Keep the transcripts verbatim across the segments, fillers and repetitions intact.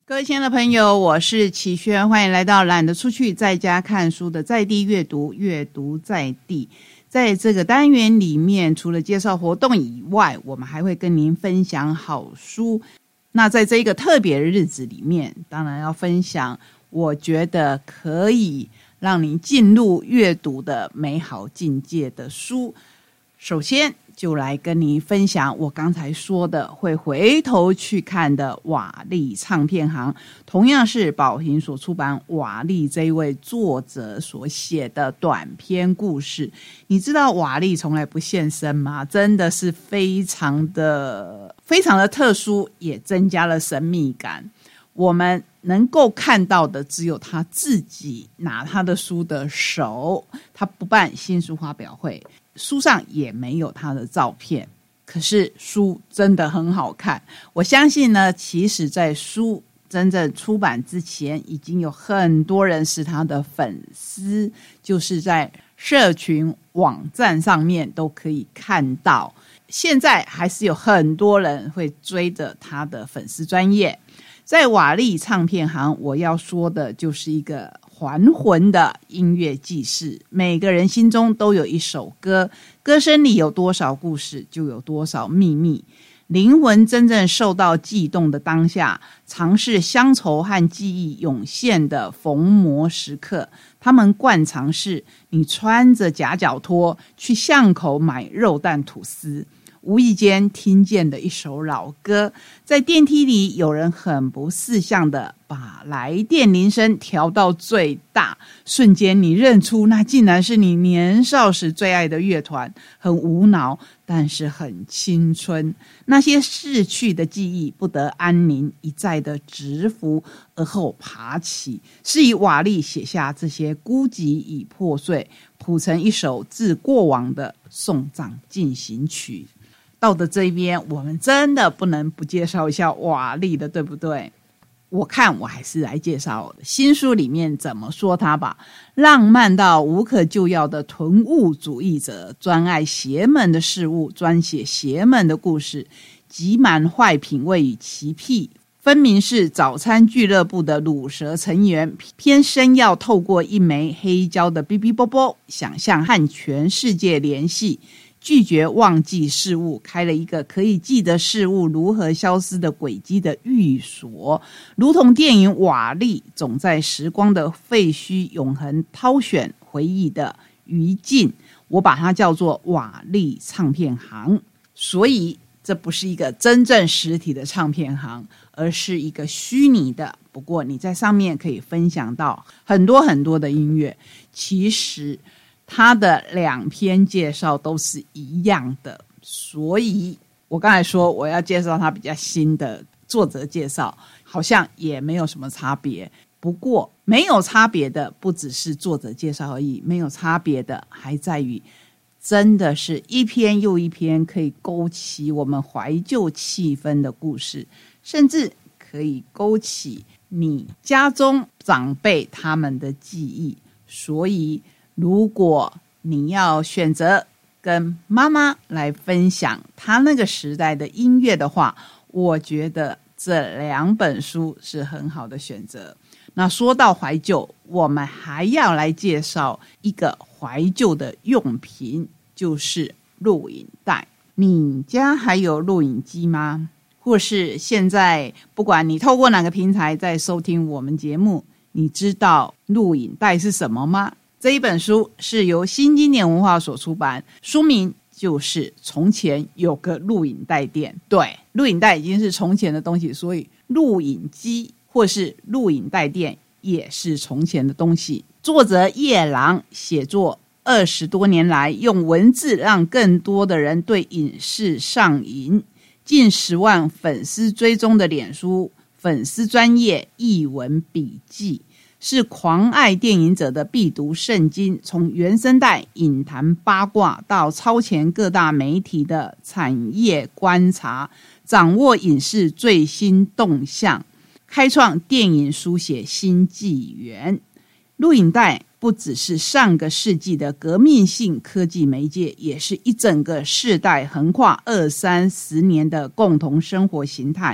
各位亲爱的朋友，我是齐轩，欢迎来到懒得出去在家看书的在地阅读，阅读在地。在这个单元里面，除了介绍活动以外，我们还会跟您分享好书。那在这个特别的日子里面，当然要分享我觉得可以让您进入阅读的美好境界的书。首先就来跟你分享我刚才说的会回头去看的瓦力唱片行，同样是宝瓶所出版瓦力这一位作者所写的短篇故事。你知道瓦力从来不现身吗？真的是非常的非常的特殊，也增加了神秘感。我们能够看到的只有他自己拿他的书的手，他不办新书发表会，书上也没有他的照片，可是书真的很好看。我相信呢，其实在书真正出版之前，已经有很多人是他的粉丝，就是在社群网站上面都可以看到。现在还是有很多人会追着他的粉丝专页。在瓦力唱片行，我要说的就是一个还魂的音乐记事。每个人心中都有一首歌，歌声里有多少故事，就有多少秘密。灵魂真正受到悸动的当下，常是乡愁和记忆涌现的逢魔时刻。他们惯常是你穿着夹脚拖去巷口买肉蛋吐司，无意间听见的一首老歌，在电梯里有人很不识相的把来电铃声调到最大，瞬间你认出那竟然是你年少时最爱的乐团，很无脑但是很青春。那些逝去的记忆不得安宁，一再的蛰伏而后爬起，是以瓦力写下这些孤寂与破碎，谱成一首致过往的送葬进行曲。到的这边，我们真的不能不介绍一下瓦力的，对不对？我看我还是来介绍新书里面怎么说他吧。浪漫到无可救药的囤物主义者，专爱邪门的事物，专写邪门的故事，挤满坏品味与奇癖，分明是早餐俱乐部的乳蛇成员，偏生要透过一枚黑胶的哔哔啵啵，想象和全世界联系，拒绝忘记事物，开了一个可以记得事物如何消失的轨迹的寓所，如同电影瓦力总在时光的废墟永恒挑选回忆的余烬，我把它叫做瓦力唱片行。所以这不是一个真正实体的唱片行，而是一个虚拟的，不过你在上面可以分享到很多很多的音乐。其实他的两篇介绍都是一样的，所以我刚才说我要介绍他比较新的作者介绍，好像也没有什么差别。不过没有差别的不只是作者介绍而已，没有差别的还在于真的是一篇又一篇可以勾起我们怀旧气氛的故事，甚至可以勾起你家中长辈他们的记忆。所以如果你要选择跟妈妈来分享她那个时代的音乐的话，我觉得这两本书是很好的选择。那说到怀旧，我们还要来介绍一个怀旧的用品，就是录影带。你家还有录影机吗？或是现在不管你透过哪个平台在收听我们节目，你知道录影带是什么吗？这一本书是由新经典文化所出版，书名就是从前有个录影带店。对，录影带已经是从前的东西，所以录影机或是录影带店也是从前的东西。作者叶朗写作二十多年来，用文字让更多的人对影视上瘾，近十万粉丝追踪的脸书粉丝专页艺文笔记，是狂爱电影者的必读圣经，从原声带影坛八卦到超前各大媒体的产业观察，掌握影视最新动向，开创电影书写新纪元。录影带不只是上个世纪的革命性科技媒介，也是一整个世代横跨二三十年的共同生活形态。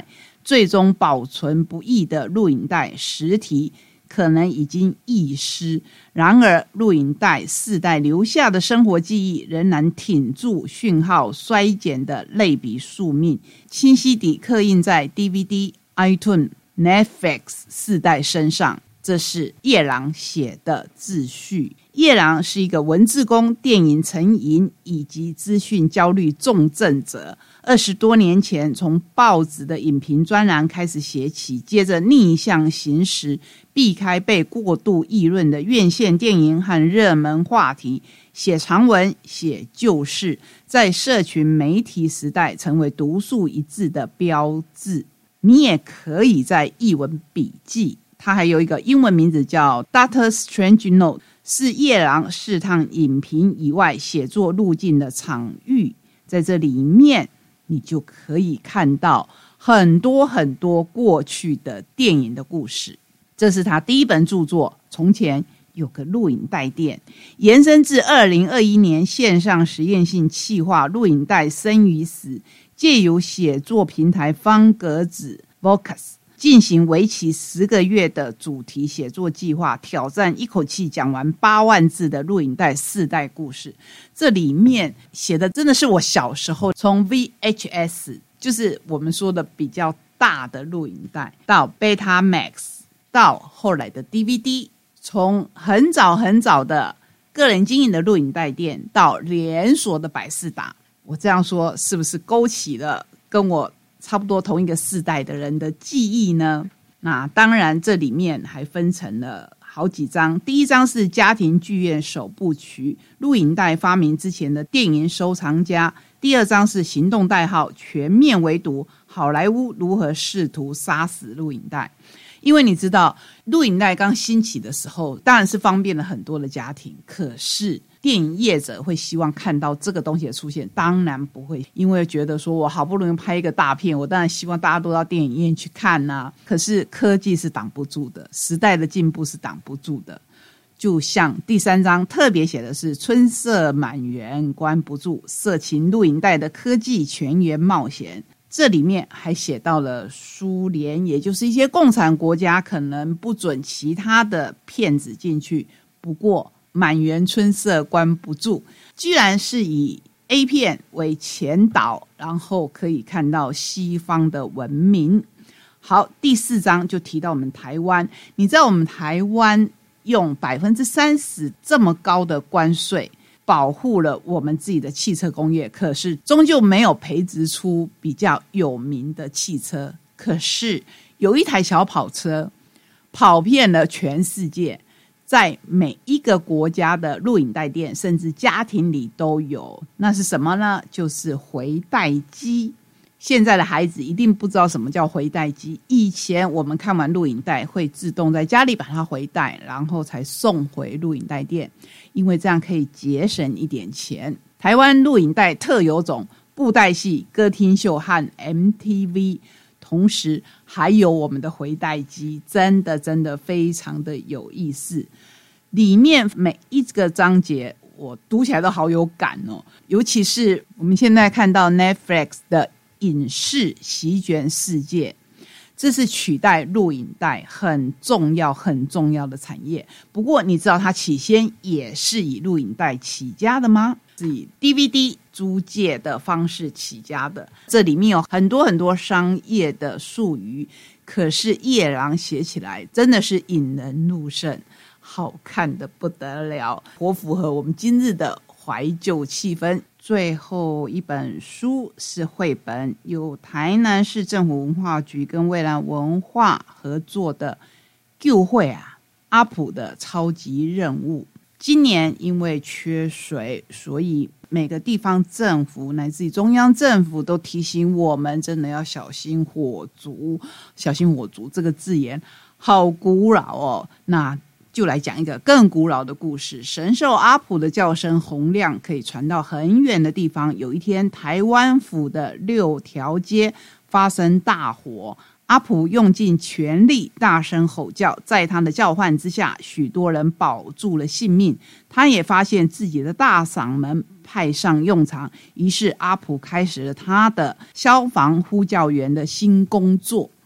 最终保存不易的录影带实体可能已经遗失，然而录影带世代留下的生活记忆仍然挺住讯号衰减的类比宿命，清晰地刻印在 D V D、iTunes、Netflix 世代身上。这是夜郎写的自序。夜郎是一个文字工、电影成瘾以及资讯焦虑重症者。二十多年前从报纸的影评专栏开始写起，接着逆向行驶，避开被过度议论的院线电影和热门话题，写长文，写旧事，在社群媒体时代成为独树一帜的标志。你也可以在译文笔记，它还有一个英文名字叫 Doctor Strange Note， 是夜郎试探影评以外写作路径的场域。在这里面你就可以看到很多很多过去的电影的故事。这是他第一本著作《从前有个录影带店》，延伸至二零二一年线上实验性企划录影带生与死，借由写作平台方格子 Vocus进行为期十个月的主题写作计划，挑战一口气讲完八万字的录影带世代故事。这里面写的真的是我小时候从 V H S， 就是我们说的比较大的录影带，到 Betamax， 到后来的 D V D， 从很早很早的个人经营的录影带店到连锁的百视达。我这样说是不是勾起了跟我差不多同一个世代的人的记忆呢？那当然这里面还分成了好几章。第一章是家庭剧院首部曲，录影带发明之前的电影收藏家。第二章是行动代号，全面围堵好莱坞如何试图杀死录影带。因为你知道录影带刚兴起的时候当然是方便了很多的家庭，可是电影业者会希望看到这个东西的出现？当然不会，因为觉得说我好不容易拍一个大片，我当然希望大家都到电影院去看啊。可是科技是挡不住的，时代的进步是挡不住的。就像第三章特别写的是春色满园关不住，色情录影带的科技全员冒险。这里面还写到了苏联，也就是一些共产国家可能不准其他的片子进去，不过满园春色关不住居然是以 A 片为前导，然后可以看到西方的文明。好，第四章就提到我们台湾。你知道我们台湾用 百分之三十 这么高的关税保护了我们自己的汽车工业，可是终究没有培植出比较有名的汽车。可是有一台小跑车跑遍了全世界，在每一个国家的录影带店甚至家庭里都有。那是什么呢？就是回带机。现在的孩子一定不知道什么叫回带机。以前我们看完录影带会自动在家里把它回带，然后才送回录影带店，因为这样可以节省一点钱。台湾录影带特有种布袋戏、歌厅秀和 M T V， 同时还有我们的回带机，真的真的非常的有意思。里面每一个章节我读起来都好有感哦，尤其是我们现在看到 Netflix 的影视席卷世界，这是取代录影带很重要很重要的产业。不过你知道它起先也是以录影带起家的吗？是以 D V D 租借的方式起家的。这里面有很多很多商业的术语，可是夜郎写起来真的是引人入胜，好看的不得了，颇符合我们今日的怀旧气氛。最后一本书是绘本，由台南市政府文化局跟未来文化合作的救会啊阿普的超级任务。今年因为缺水，所以每个地方政府乃至于中央政府都提醒我们真的要小心火烛。小心火烛这个字眼好古老哦，那就来讲一个更古老的故事。神兽阿普的叫声洪亮，可以传到很远的地方。有一天，台湾府的六条街发生大火，阿普用尽全力大声吼叫，在他的叫唤之下，许多人保住了性命。他也发现自己的大嗓门派上用场，于是阿普开始了他的消防呼叫员的新工作。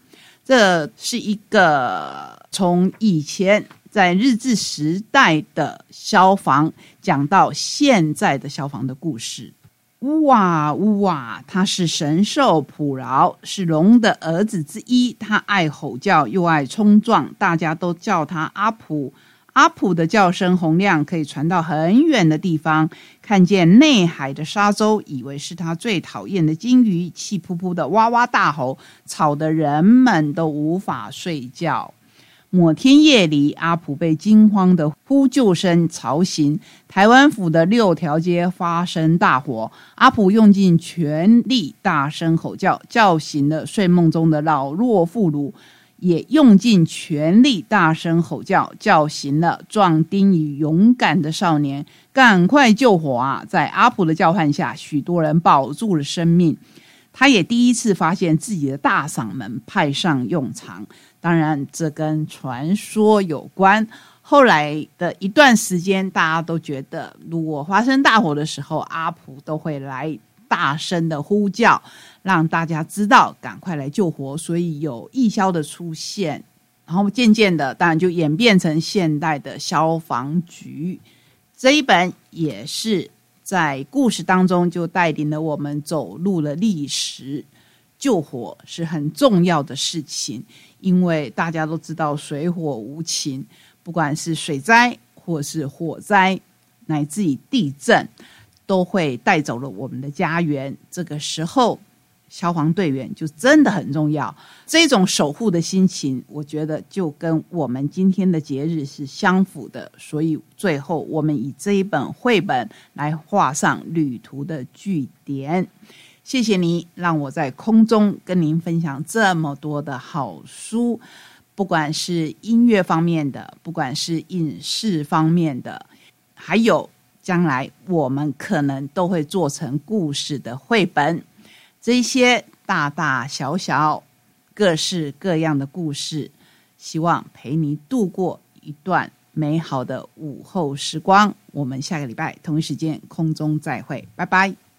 这是一个从以前在日治时代的消防讲到现在的消防的故事。乌瓦乌瓦，他是神兽普饶，是龙的儿子之一，他爱吼叫又爱冲撞，大家都叫他阿普。阿普的叫声洪亮，可以传到很远的地方，看见内海的沙洲，以为是他最讨厌的鲸鱼，气扑扑的哇哇大吼，吵得人们都无法睡觉。某天夜里，阿普被惊慌的呼救声吵醒，台湾府的六条街发生大火，阿普用尽全力大声吼叫，叫醒了睡梦中的老弱妇孺，也用尽全力大声吼叫，叫醒了壮丁与勇敢的少年，赶快救火啊！在阿普的叫唤下，许多人保住了生命。他也第一次发现自己的大嗓门派上用场，当然这跟传说有关。后来的一段时间，大家都觉得如果发生大火的时候，阿普都会来大声的呼叫，让大家知道赶快来救火，所以有义消的出现，然后渐渐的当然就演变成现代的消防局。这一本也是在故事当中就带领了我们走入了历史。救火是很重要的事情，因为大家都知道水火无情，不管是水灾或是火灾乃至于地震，都会带走了我们的家园。这个时候消防队员就真的很重要，这种守护的心情我觉得就跟我们今天的节日是相符的，所以最后我们以这一本绘本来画上旅途的句点。谢谢你让我在空中跟您分享这么多的好书，不管是音乐方面的，不管是影视方面的，还有将来我们可能都会做成故事的绘本。这些大大小小各式各样的故事，希望陪你度过一段美好的午后时光。我们下个礼拜同一时间空中再会，拜拜。